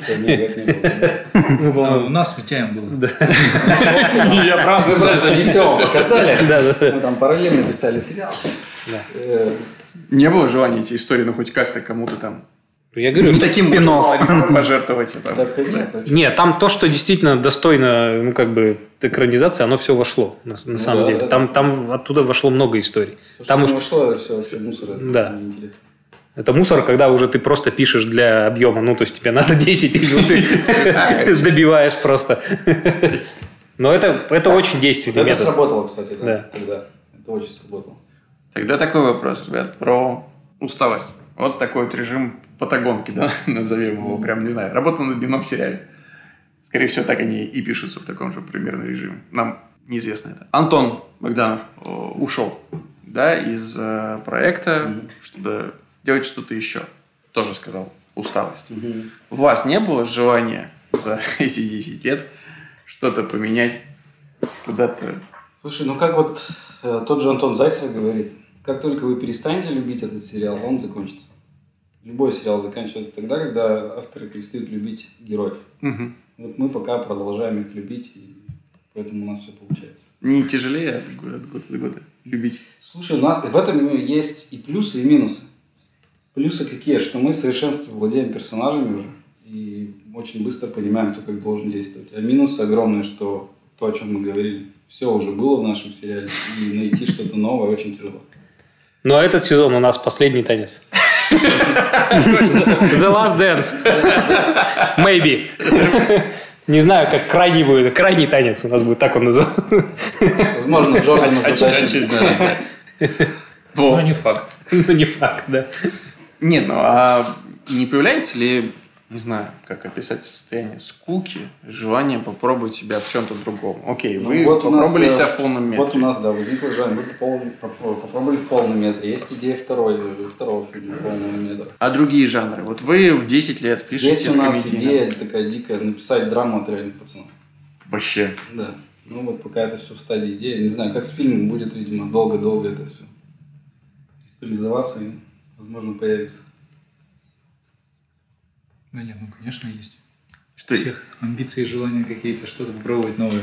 У нас Митяем было. Я просто не все показали. Мы там параллельно писали сериал. Не было желания эти истории, хоть как-то кому-то там... Я говорю, таким пожертвовать. Нет, там то, что действительно достойно, экранизации, оно все вошло, на самом деле. Там оттуда вошло много историй. Там вошло все мусор. Да. Это мусор, когда уже ты просто пишешь для объема. То есть тебе надо 10, и ты добиваешь просто. Но это очень действенный метод. Это сработало, кстати, тогда. Это очень сработало. Тогда такой вопрос, ребят, про усталость. Вот такой вот режим патагонки, да, назовем его, прям, не знаю, работа на дневном сериале. Скорее всего, так они и пишутся в таком же примерно режиме. Нам неизвестно это. Антон Богданов ушел, да, из проекта, чтобы делать что-то еще. Тоже сказал, усталость. У вас не было желания за эти 10 лет что-то поменять, куда-то? Слушай, ну как вот тот же Антон Зайцев говорит, как только вы перестанете любить этот сериал, он закончится. Любой сериал заканчивается тогда, когда авторы перестают любить героев. Вот мы пока продолжаем их любить, и поэтому у нас все получается. Не тяжелее от года до года любить? Слушай, у нас в этом есть и плюсы, и минусы. Плюсы какие? Что мы в совершенстве владеем персонажами уже и очень быстро понимаем, кто как должен действовать. А минусы огромные, что то, о чем мы говорили, все уже было в нашем сериале, и найти что-то новое очень тяжело. Но этот сезон у нас последний танец. The Last Dance. Maybe. Не знаю, как крайний будет. Крайний танец у нас будет, так он называется. Возможно, Джордана затащит. Но не факт. Ну, не факт, да. Нет, ну а не появляется ли, не знаю, как описать состояние скуки, желание попробовать себя в чем-то другом? Окей, вы вот попробовали себя в полном метре. Вот у нас, да, возникло желание. Вы попробовали в полном метре. Есть идея второго фильма полного метра. А другие жанры? Вот вы в 10 лет пишете Есть у нас комедийном. идея такая дикая, написать драму от реальных пацанов. Вообще. Да. Ну вот пока это все в стадии идеи. Не знаю, как с фильмом будет, видимо, долго-долго это все кристаллизоваться и, возможно, появится. Да нет, ну конечно есть. Что У всех амбиции и желания какие-то, что-то попробовать новое.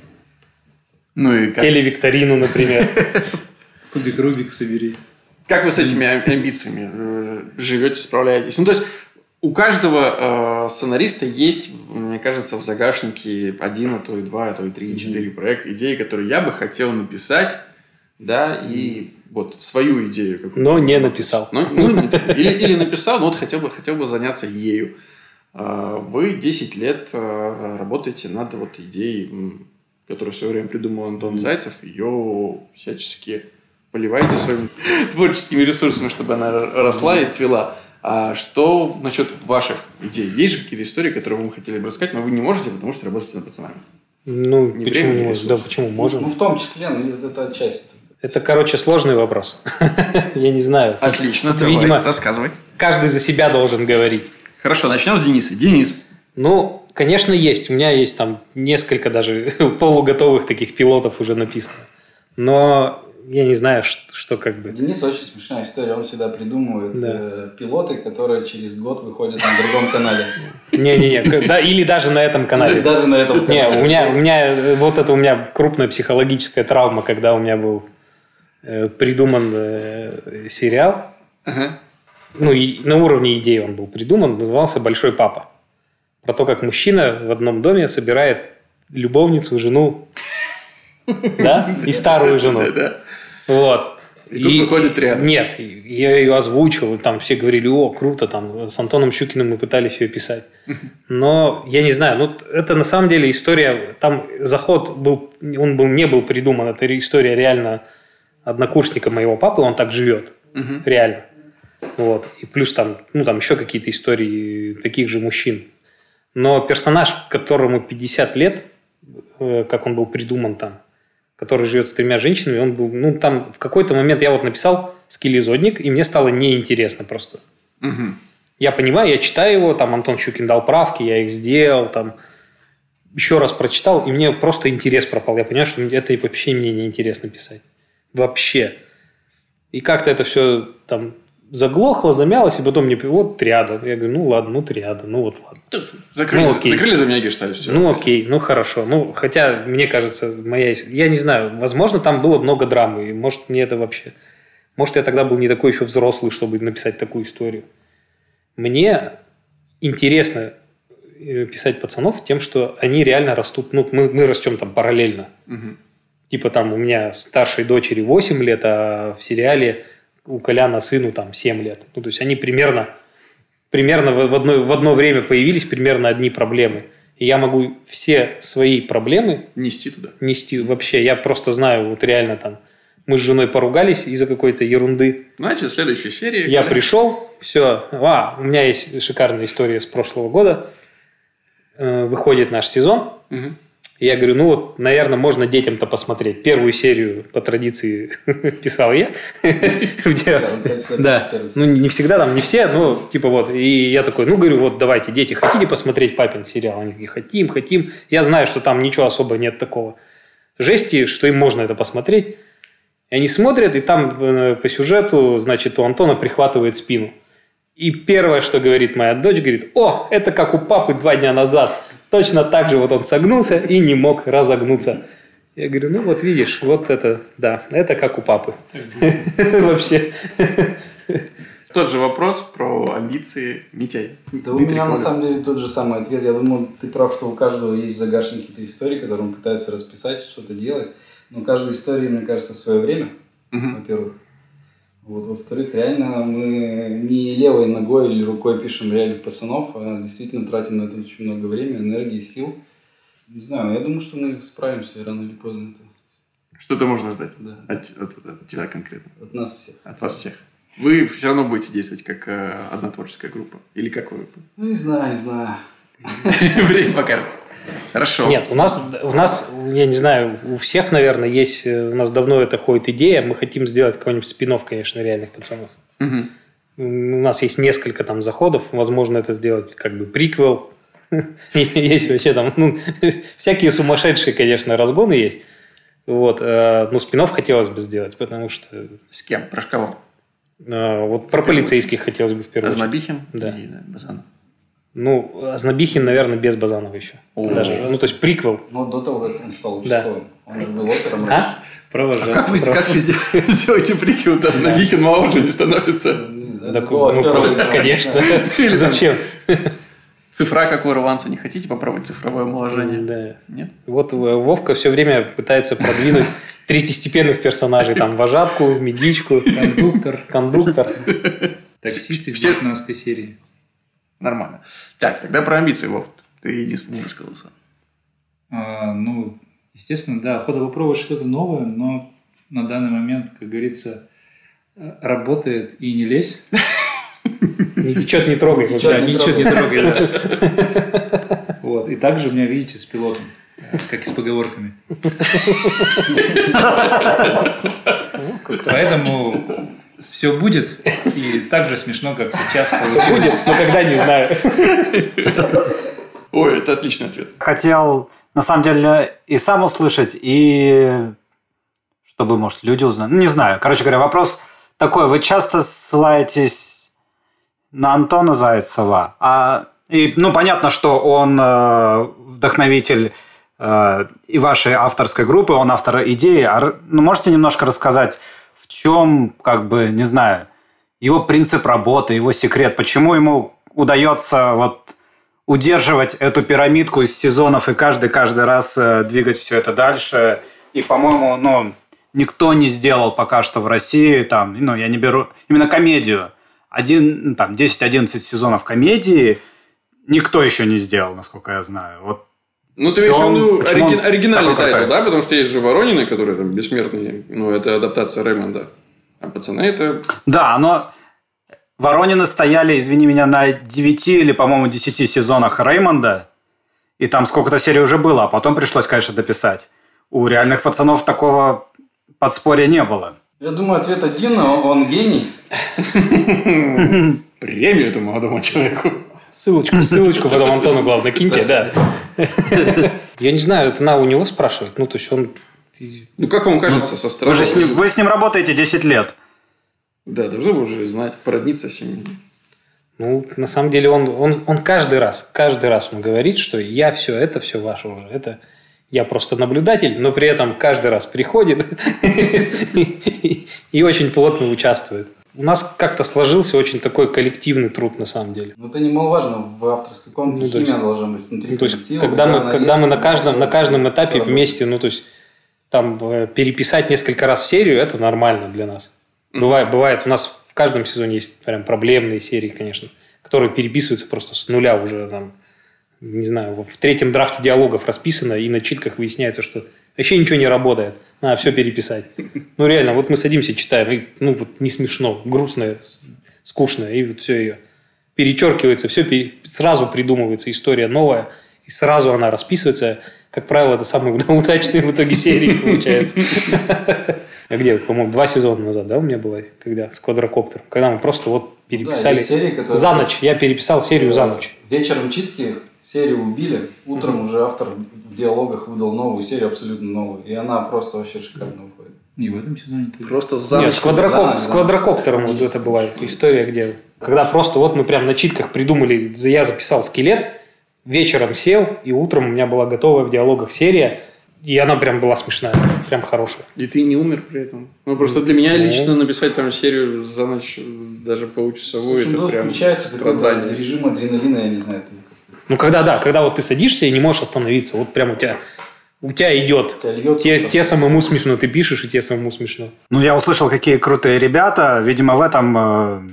Ну и как? Телевикторину, например. Кубик Рубик собери. Как вы с этими амбициями живете, справляетесь? Ну, то есть, у каждого сценариста есть, мне кажется, в загашнике 1, а то и 2, а то и 3, 4 проекта, идеи, которые я бы хотел написать, да, и вот свою идею какую-то. Но не написал. Или написал, но вот хотел бы заняться ею. Вы 10 лет работаете над вот идеей, которую в свое время придумал Антон Зайцев, ее всячески поливаете своими творческими ресурсами, чтобы она росла и цвела. А что насчет ваших идей? Есть же какие-то истории, которые вы хотели бы рассказать, но вы не можете, потому что работаете над пацанами. Ну, Не почему время, не не можем? Да, ресурсы. почему можем? Ну, в том числе, ну, это отчасти. Это, короче, сложный вопрос. Я не знаю. Отлично, Тут, давай, видимо, рассказывай. каждый за себя должен говорить. Хорошо, начнем с Дениса. Денис. Ну, конечно, есть. У меня есть там несколько даже полуготовых таких пилотов уже написано. Но я не знаю, что как бы... Денис очень смешная история. Он всегда придумывает пилоты, которые через год выходят на другом канале. Не-не-не. Да, или даже на этом канале. Даже на этом канале. Не, у меня крупная психологическая травма, когда у меня был придуман сериал. Ну, и на уровне идеи он был придуман, назывался «Большой папа». Про то, как мужчина в одном доме собирает любовницу, жену, да, и старую жену. Вот. И тут выходит рядом. Нет, я ее озвучил, и там все говорили: о, круто, там с Антоном Щукиным мы пытались ее писать. Но я не знаю, ну это на самом деле история, там заход был, не был придуман, это история реально однокурсника моего папы, он так живет, реально. Вот. И плюс там, ну, там еще какие-то истории таких же мужчин. Но персонаж, которому 50 лет, как он был придуман там, который живет с 3 женщинами, он был, ну, там в какой-то момент я вот написал «Скелезодник», и мне стало неинтересно просто. Я понимаю, я читаю его, там Антон Щукин дал правки, я их сделал, там еще раз прочитал, и мне просто интерес пропал. Я понимаю, что это вообще мне неинтересно писать. Вообще. И как-то это все там заглохло, замялось, и потом мне вот триада. Я говорю, ну ладно, ну триада, ну вот ладно. Закрыли за меня гештальт, все. Ну окей, ну хорошо. Ну, хотя, мне кажется, я не знаю, возможно, там было много драмы, и может, мне это вообще... Может, я тогда был не такой еще взрослый, чтобы написать такую историю. Мне интересно писать пацанов тем, что они реально растут. Ну, мы растем там параллельно. Типа там у меня старшей дочери 8 лет, а в сериале у Коляна сыну там 7 лет. Ну, то есть они примерно в одно время появились, примерно одни проблемы. И я могу все свои проблемы нести туда. Нести вообще. Я просто знаю, вот реально там Мы с женой поругались из-за какой-то ерунды. Значит, следующая серия. Я пришел, все. У меня есть шикарная история с прошлого года. Выходит наш сезон. Угу. И я говорю, ну вот, наверное, можно детям-то посмотреть. Первую серию по традиции писал я. Да, ну не всегда, там не все, но типа вот. И я такой, ну говорю, вот давайте, дети, хотите посмотреть папин сериал? Они такие, хотим. Я знаю, что там ничего особо нет такого жести, что им можно это посмотреть. И они смотрят, и там по сюжету, значит, у Антона прихватывает спину. И первое, что говорит моя дочь, говорит, о, это как у папы 2 дня назад. Точно так же вот он согнулся и не мог разогнуться. Я говорю, ну вот видишь, вот это, да, это как у папы. Вообще. Тот же вопрос про амбиции Митяй. Да у меня на самом деле тот же самый ответ. Я думаю, ты прав, что у каждого есть в загашнике какие-то истории, которые он пытается расписать, что-то делать. Но каждой истории, мне кажется, в свое время, во-первых. Вот, во-вторых, реально мы не левой ногой или рукой пишем реальных пацанов, а действительно тратим на это очень много времени, энергии, сил. Не знаю, я думаю, что мы справимся рано или поздно. Что-то можно ждать? Да. От тебя конкретно? От нас всех. От вас всех. Вы все равно будете действовать как одна творческая группа? Или как вы? Ну, не знаю. Время покажет. Хорошо. Нет, у нас, я не знаю, у всех, наверное, есть, у нас давно это ходит идея, мы хотим сделать какой-нибудь спин-офф, конечно, реальных пацанов. Угу. У нас есть несколько там заходов, возможно, это сделать как бы приквел. Есть вообще там, всякие сумасшедшие, конечно, разгоны есть. Вот, но спин-офф хотелось бы сделать, потому что... С кем? Про кого? Вот про полицейских хотелось бы в первую очередь. Азнабихин? Да. И Базанов. Ну, Азнабихин, наверное, без Базанова еще. Даже. Ну, то есть приквел. Но до того, как он стал Да. участковым. Он же был опером раньше. Провожал. Как вы сделаете приквел? Азнабихин моложе не становится. Не знаю, Так, такого ну, актера просто, не конечно. знаю. Или Зачем? Цифра, как у ирландца. Не хотите попробовать цифровое омоложение? Да. Нет? Вот Вовка все время пытается продвинуть третьестепенных персонажей. Там вожатку, медичку, кондуктор. Таксист из Все- 19 серии. Нормально. Так, тогда про амбиции, Вов. Ты единственный не высказался. Ну, естественно, да, охота попробовать что-то новое, но на данный момент, как говорится, работает и не лезь. Ничего не трогай. Да, ничего не трогай, да. Вот. И также у меня, видите, с пилотом, как и с поговорками. Поэтому все будет, и так же смешно, как сейчас Будет, получилось. но когда не знаю. Ой, это отличный ответ. Хотел, на самом деле, и сам услышать, и чтобы, может, люди узнали. Ну, не знаю. Короче говоря, вопрос такой. Вы часто ссылаетесь на Антона Зайцева? Понятно, что он вдохновитель и вашей авторской группы, он автор идеи. Можете немножко рассказать, в чем, не знаю, его принцип работы, его секрет? Почему ему удается удерживать эту пирамидку из сезонов и каждый раз двигать все это дальше? И, по-моему, никто не сделал пока что в России, я не беру именно комедию. 10-11 сезонов комедии никто еще не сделал, насколько я знаю. Ну, ты имеешь в виду оригинальный такой тайтл, крутой? да? Потому что есть же Воронины, которые там бессмертные. Это адаптация Рэймонда. А пацаны это... Да, но Воронины стояли, извини меня, на 9 или, по-моему, 10 сезонах Рэймонда. И там сколько-то серий уже было, а потом пришлось, конечно, дописать. У реальных пацанов такого подспорья не было. Я думаю, ответ один, он гений. Премию этому молодому человеку. Ссылочку потом Антону, главное, киньте, да. Я не знаю, это надо у него спрашивать. Ну, то есть он... Ну, как вам кажется, со стороны... Вы с ним работаете 10 лет. Да, должны бы уже знать, породниться с ним. Ну, на самом деле, он каждый раз он говорит, что я это все ваше уже. Это я просто наблюдатель, но при этом каждый раз приходит и очень плотно участвует. У нас как-то сложился очень такой коллективный труд, на самом деле. Ну, это немаловажно. В авторской комнате химия должна быть внутри То есть, коллектива. когда мы на каждом этапе всё вместе, то есть, там переписать несколько раз серию, это нормально для нас. Бывает, у нас в каждом сезоне есть прям проблемные серии, конечно, которые переписываются просто с нуля уже, не знаю, в 3-м драфте диалогов расписано, и на читках выясняется, что Вообще ничего не работает. Надо все переписать. Ну, реально, вот мы садимся, читаем, и, ну, вот не смешно, грустно, скучно, и вот все ее перечеркивается, все сразу придумывается история новая, и сразу она расписывается. Как правило, это самые удачные в итоге серии получаются. А где, по-моему, 2 сезона назад, да, у меня было, когда с квадрокоптером, когда мы просто вот переписали серии, которые... за ночь. Я переписал серию за ночь. Вечером читки, серию убили, утром уже автор в диалогах выдал новую серию, абсолютно новую, и она просто вообще шикарно выходит. И в этом сезоне ты... Просто за Нет, с квадрокоптером вот это была история, где... Когда просто вот мы прям на читках придумали, я записал скелет, вечером сел, и утром у меня была готовая в диалогах серия, и она прям была смешная, прям хорошая. И ты не умер при этом. Ну, просто для меня лично написать там серию за ночь, даже получасовую, это прям включается какой-то режим адреналина, я не знаю. Ну, когда вот ты садишься и не можешь остановиться, вот прям у тебя идет. Те самому смешно, ты пишешь, и те самому смешно. Ну, я услышал, какие крутые ребята. Видимо, в этом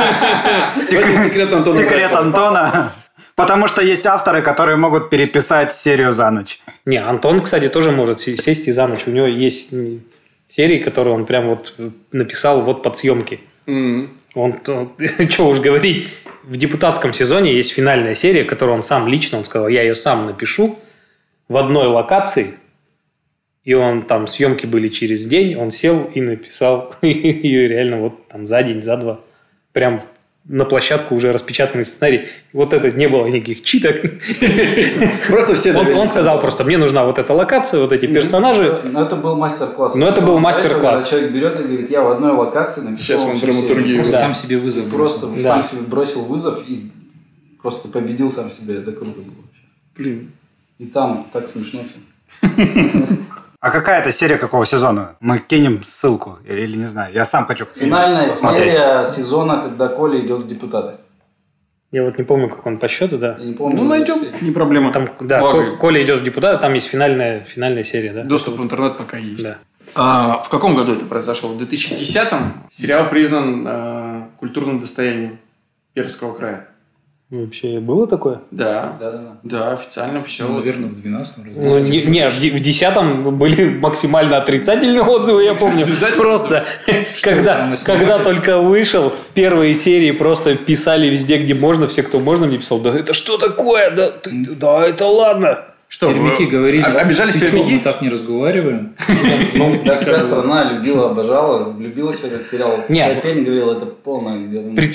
секрет Антона. Потому что есть авторы, которые могут переписать серию за ночь. Не, Антон, кстати, тоже может сесть и за ночь. У него есть серии, которые он прям вот написал вот под съемки. Он, что уж говорить, в депутатском сезоне есть финальная серия, которую он сам лично, он сказал, я ее сам напишу в одной локации. И он там, съемки были через день, он сел и написал ее реально вот там за день, за два. Прям на площадку уже распечатанный сценарий. Вот это не было никаких читок. Просто все... Он сказал просто, мне нужна вот эта локация, вот эти персонажи. Но это был мастер-класс. Мастер-класс. Человек берет и говорит, я в одной локации напишу. Сейчас он драматургию. Просто сам себе вызов бросил. Просто сам себе бросил вызов и просто победил сам себя. Это круто было вообще. Блин. И там так смешно все. А какая это серия какого сезона? Мы кинем ссылку или не знаю. Я сам хочу финальная посмотреть. серия сезона, когда Коля идет в депутаты. Я вот не помню, как он по счету, да. Я не помню. Ну, найдем, не проблема. Там, да, Коля идет в депутаты, там есть финальная серия, да. Доступ в интернет пока есть. Да. В каком году это произошло? В 2010-м сериал признан культурным достоянием Пермского края. Вообще было такое? Да. Да. Да, официально все. Ну, наверное, в 12-м. Ну, в 10-м были максимально отрицательные отзывы, я помню. Просто, когда только вышел, первые серии просто писали везде, где можно, все, кто можно, мне писал, да это что такое? Да это ладно. Что, пермяки говорили, обижались ты пермяки? мы так не разговариваем. Ну, вся страна любила, обожала, влюбилась в этот сериал. Нет. Пермь говорил, это полное... При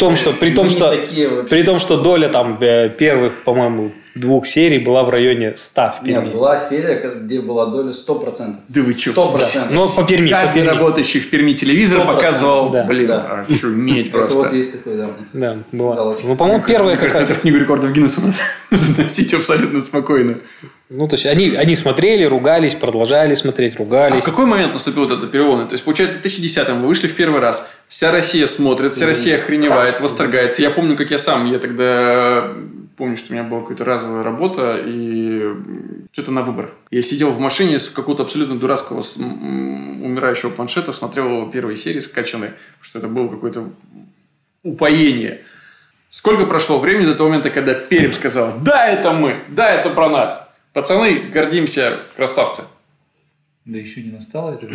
том, что доля там первых, по-моему, 2 серий была в районе 100 в Перми. Нет, была серия, где была доля 100%. Да вы чё? 100%. Но по Перми. Каждый работающий в Перми телевизор 100%. показывал, Да. блин, Да. шуметь Это вот просто. есть такой, да. Да, была. Галочка. Ну, по-моему, первая Мне кажется, какая-то... это в книгу рекордов Гиннесса надо заносить абсолютно спокойно. Ну, то есть, они смотрели, ругались, продолжали смотреть, А ругались. в какой момент наступил вот этот перелом? То есть, получается, в 2010-м вы вышли в первый раз, вся Россия смотрит, вся Россия охреневает, восторгается. Я помню, как я тогда помню, что у меня была какая-то разовая работа и что-то на выборах. Я сидел в машине с какого-то абсолютно дурацкого умирающего планшета, смотрел первые серии скачанные, потому что это было какое-то упоение. Сколько прошло времени до того момента, когда Пермь сказал, да, это мы, да, это про нас. Пацаны, гордимся, красавцы. Да еще не настало это.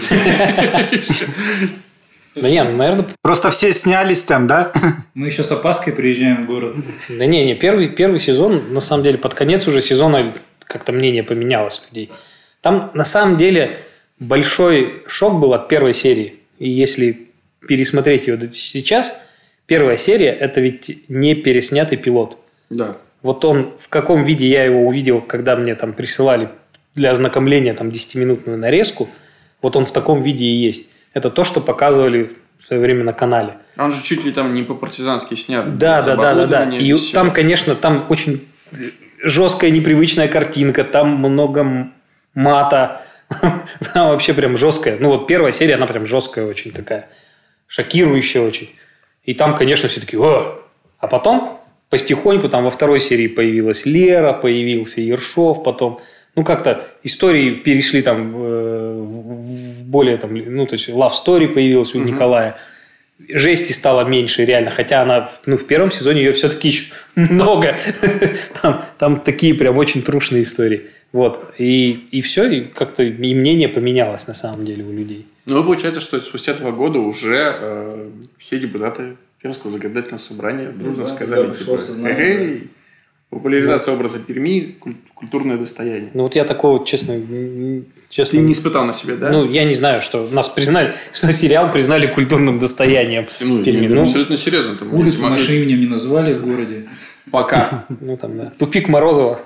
Да не, наверное... Просто все снялись там, да? Мы еще с опаской приезжаем в город. Да не, первый сезон, на самом деле, под конец уже сезона как-то мнение поменялось у людей. Там, на самом деле, большой шок был от первой серии. И если пересмотреть ее сейчас, первая серия – это ведь не переснятый пилот. Да. Вот он, в каком виде я его увидел, когда мне там присылали для ознакомления там 10-минутную нарезку, вот он в таком виде и есть. Это то, что показывали в свое время на канале. Он же чуть ли там не по-партизански снят. Да. И все. там, конечно, там очень жесткая, непривычная картинка, там много мата. Она вообще прям жесткая. Ну, вот первая серия, она прям жесткая очень такая. Шокирующая очень. И там, конечно, все такие, о! А потом потихоньку там во второй серии появилась Лера, появился Ершов, потом... Ну, как-то истории перешли там в более там... Ну, то есть, love story появилась у Николая. жести стало меньше, реально. Хотя она, в первом сезоне ее все-таки еще много. Там такие прям очень трушные истории. Вот. И все, и как-то и мнение поменялось на самом деле у людей. Ну, получается, что спустя 2 года уже все депутаты Пермского законодательного собрания дружно сказали, типа, популяризация образа Перми – культурное достояние. Ну, вот я такого, честно... Ты не испытал на себе, да? Ну, я не знаю, что нас признали, что сериал признали культурным достоянием Перми. Абсолютно серьезно. Улицу нашим именем не назвали в городе. Пока. Ну, там, да. Тупик Морозова.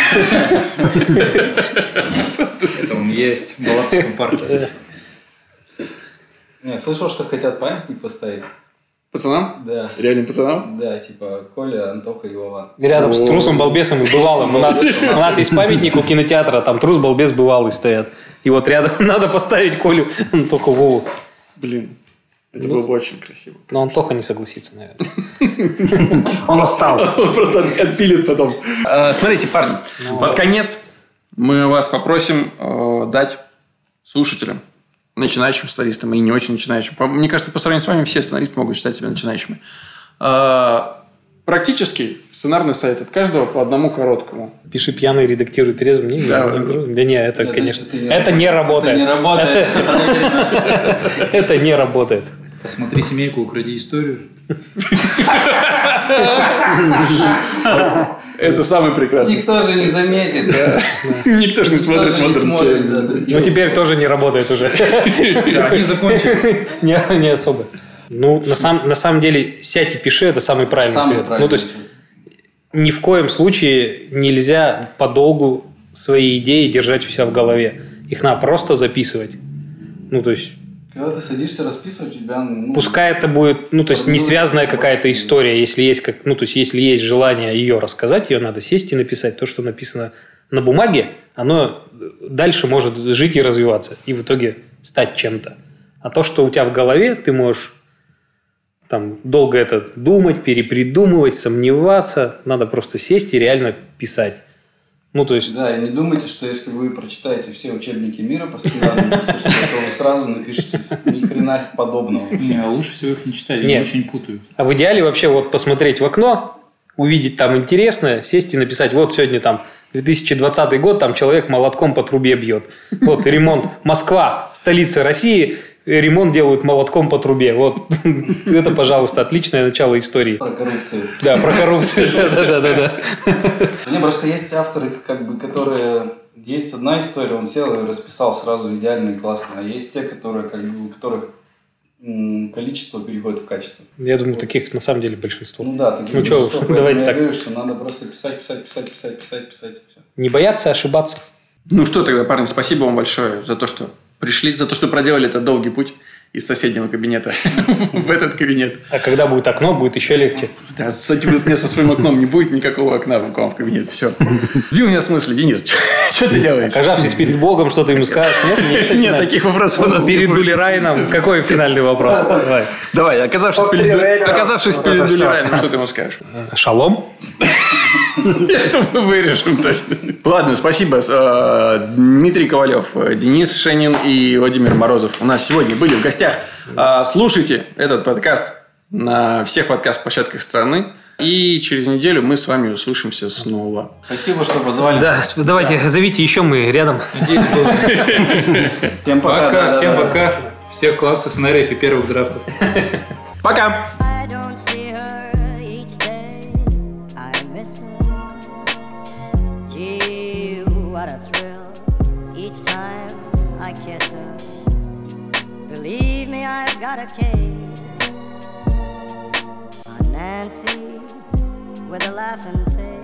Это он есть в Балатовском парке. Я слышал, что хотят памятник поставить. Пацанам? Да. Реальным пацанам? Да, типа Коля, Антоха и Вова. Рядом с трусом, балбесом и бывалым. У нас есть памятник у кинотеатра, там трус, балбес, бывалый стоят. И вот рядом надо поставить Колю, Антоху, Вову. Блин, это было бы очень красиво. Но Антоха не согласится, наверное. Он устал. Он просто отпилит потом. Смотрите, парни, под конец мы вас попросим дать слушателям, начинающим сценаристам и не очень начинающим. Мне кажется, по сравнению с вами все сценаристы могут считать себя начинающими. Практически сценарный совет от каждого по одному короткому. Пиши пьяный, редактируй трезвым. Да не, это, конечно, это не работает. Это не работает. Это не работает. Посмотри «Семейку, укради историю». Это самый прекрасный. Никто же не заметит. Никто же не смотрит Modern. Но теперь тоже не работает уже. Они закончились. Не особо. Ну, на самом деле, сядь и пиши, это самый правильный совет. Ну, то есть, ни в коем случае нельзя подолгу свои идеи держать у себя в голове. Их надо просто записывать. Ну, то есть... Когда ты садишься расписывать, у тебя... Пускай это будет, то есть, не связанная какая-то история. Если есть, если есть желание ее рассказать, ее надо сесть и написать. То, что написано на бумаге, оно дальше может жить и развиваться. И в итоге стать чем-то. А то, что у тебя в голове, ты можешь там долго это думать, перепридумывать, сомневаться. Надо просто сесть и реально писать. Ну, то есть... Да, и не думайте, что если вы прочитаете все учебники мира по сценарному мастерству, то вы сразу напишите ни хрена подобного. Не, лучше всего их не читать, они очень путают. А в идеале вообще вот посмотреть в окно, увидеть там интересное, сесть и написать, вот сегодня там 2020 год, там человек молотком по трубе бьет. Вот ремонт Москва, столица России, ремонт делают молотком по трубе. Вот это, пожалуйста, отличное начало истории. Про коррупцию. Да, про коррупцию. Да. У меня просто есть авторы, которые... Есть одна история, он сел и расписал сразу идеально и классно. А есть те, у которых количество переходит в качество. Я думаю, таких на самом деле большинство. Ну да, таких большинство. Давайте я так. говорю, что надо просто писать. И все. Не бояться ошибаться. Ну что тогда, парни, спасибо вам большое за то, что пришли, за то, что проделали этот долгий путь из соседнего кабинета в этот кабинет. А когда будет окно, будет еще легче. Да, кстати, у меня со своим окном не будет никакого окна к вам в кабинет. Все. Сбил меня с мысли, Денис. Что ты делаешь? Окажавшись перед Богом, что ты ему скажешь? Нет, таких вопросов у нас перед Дулерайном. Какой финальный вопрос? Давай, оказавшись перед Дулерайном, что ты ему скажешь? Шалом. Это мы вырежем точно. Ладно, спасибо. Дмитрий Ковалев, Денис Шенин и Владимир Морозов у нас сегодня были в гостях. Слушайте этот подкаст на всех подкаст-площадках страны. И через неделю мы с вами услышимся снова. Спасибо, что позвали. Да, давайте, зовите еще, мы рядом. Всем пока. Пока, всем пока. Всех классов сценариев и первых драфтов. Пока! What a thrill each time I kiss her. Believe me, I've got a case on Nancy with a laughing face.